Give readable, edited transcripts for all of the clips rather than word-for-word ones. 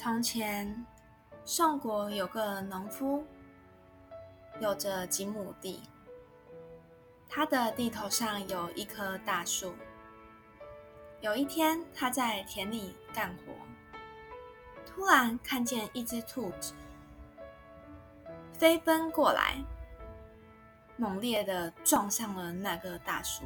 从前，宋国有个农夫，有着几亩地。他的地头上有一棵大树。有一天，他在田里干活，突然看见一只兔子飞奔过来，猛烈地撞上了那棵大树，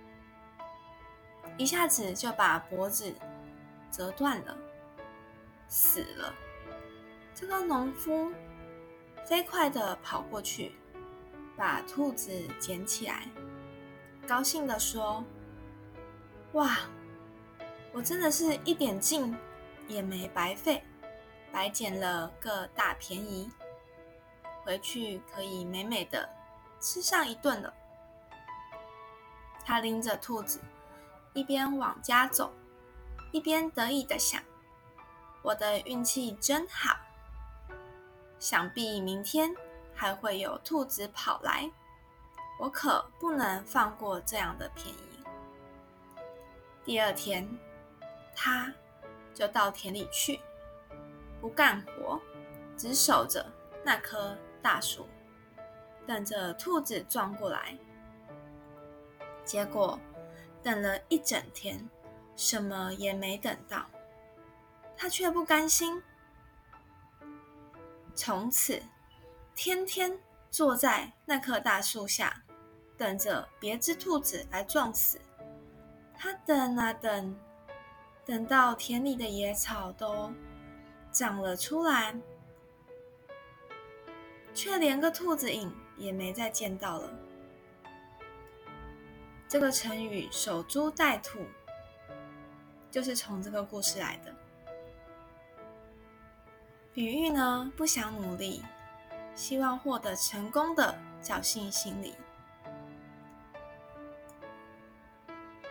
一下子就把脖子折断了，死了。这个农夫飞快地跑过去，把兔子捡起来，高兴地说：哇，我真的是一点劲也没白费，白捡了个大便宜，回去可以美美的吃上一顿了。他拎着兔子，一边往家走，一边得意地想：我的运气真好，想必明天还会有兔子跑来，我可不能放过这样的便宜。第二天，他就到田里去，不干活，只守着那棵大树，等着兔子撞过来。结果等了一整天，什么也没等到，他却不甘心，从此天天坐在那棵大树下，等着别只兔子来撞死。他等啊等，等到田里的野草都长了出来，却连个兔子影也没再见到了。这个成语守株待兔就是从这个故事来的。比喻呢，不想努力，希望获得成功的侥幸心理。